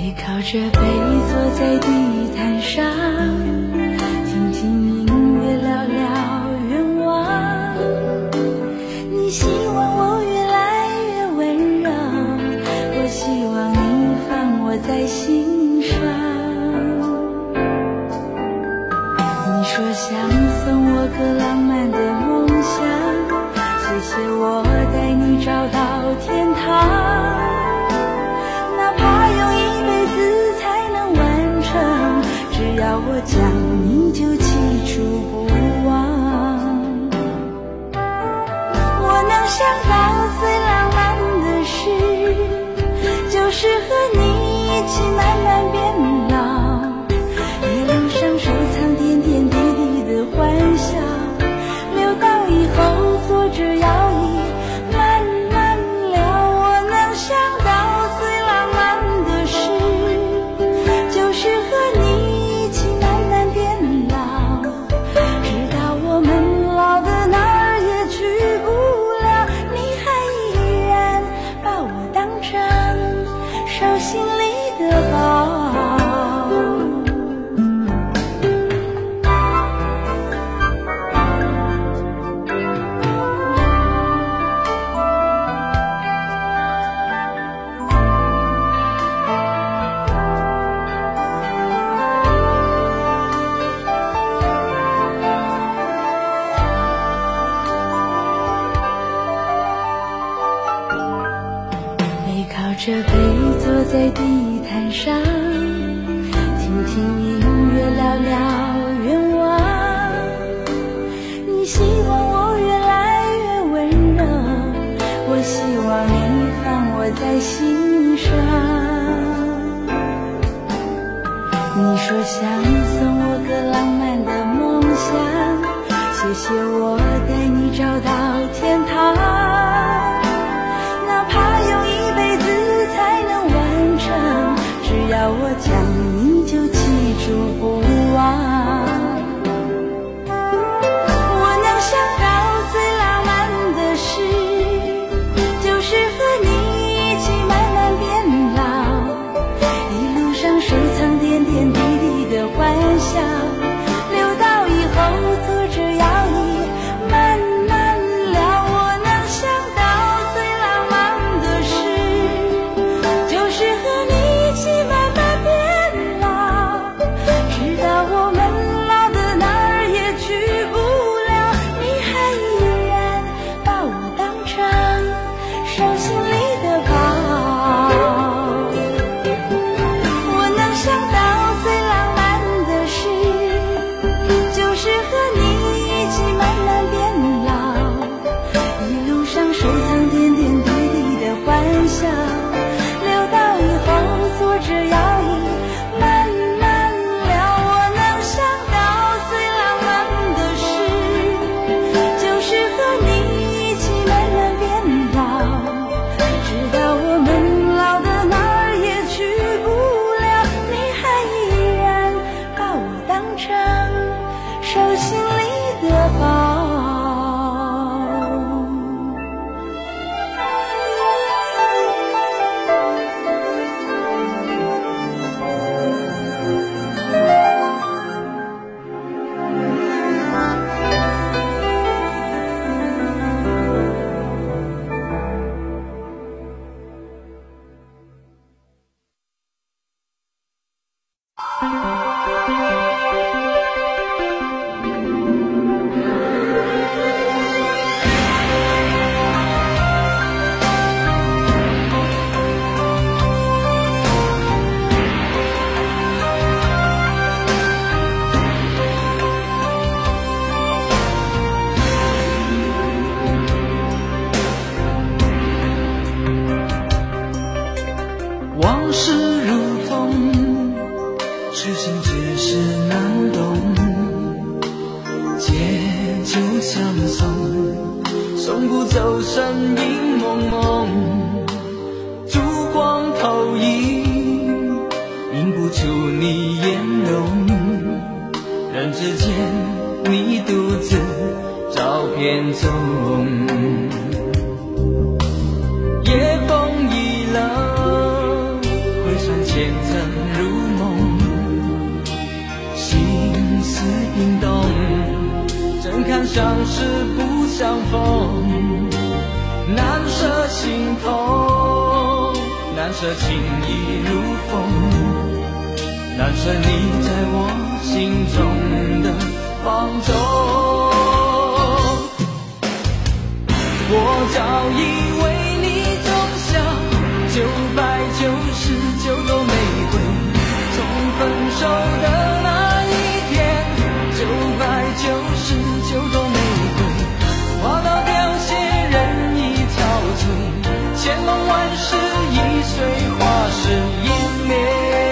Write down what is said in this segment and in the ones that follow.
背靠着背坐在地毯上，听听音乐，聊聊愿望。你希望我越来越温柔，我希望你放我在心上。你说想送我个浪漫的梦想，谢谢我带你找到天堂。只要我讲，你就记住不忘。我能想到最浪漫的事，就是和你一起慢慢变老，一路上收藏点点滴滴的欢笑，留到以后坐着摇椅慢慢聊。我能想到最浪漫的事，就是和你靠着背坐在地毯上，听听音乐，聊聊愿望。你希望我越来越温柔，我希望你放我在心上。你说想送我个浪漫的梦想，谢谢我带你找到天堂。只要我讲，你就记住不忘。我能想到最浪漫的事，就是和你一起慢慢变老，一路上收藏点点滴滴的欢笑，留到以后坐着摇椅慢慢聊。我能想到最浪漫的事，就是和你往事如风，痴心只是难懂。借酒相送，送不走身影蒙蒙。烛光投影，映不出你颜容。人之间，你独自照片中。夜风已冷，回转前尘相识不相逢，难舍心头，难舍情意如风，难舍你在我心中的放纵。我早已为你种下999朵玫瑰，从分手的那一天，999朵玫瑰花到凋谢，人已憔悴，千梦万世已碎，花事湮灭。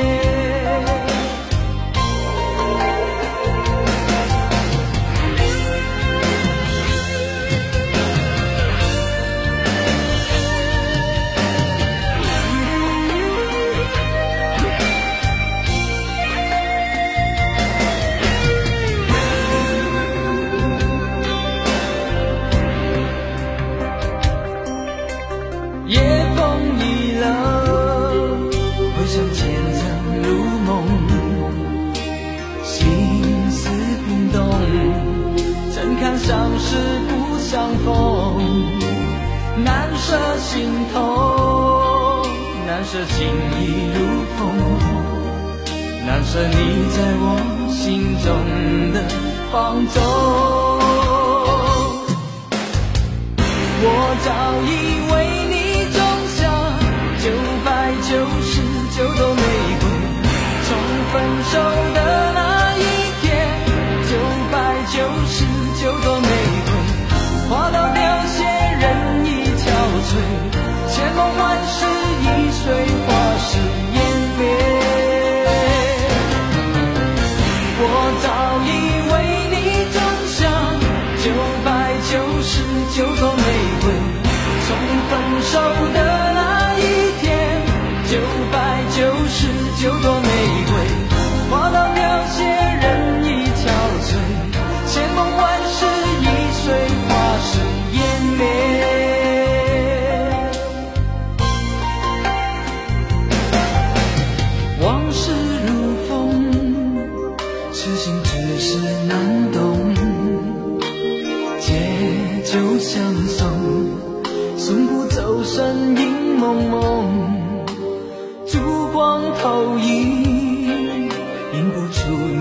夜风已冷，回想前尘如梦，心思冰冻，怎堪相识不相逢，难舍心头，难舍情意如风，难舍你在我心中的放纵。我早已为你种下999朵玫瑰，从分手的那一天，999朵玫瑰花到凋谢，人已憔悴，千梦万世已碎，花事湮灭。我早已为你种下999朵玫瑰，从分手的那一天，999朵玫瑰花到凋谢，人已憔悴，千梦万世已碎，花事湮灭。往事如风，痴心只是难懂，借酒相送，送不走身影蒙蒙，烛光投影，映不出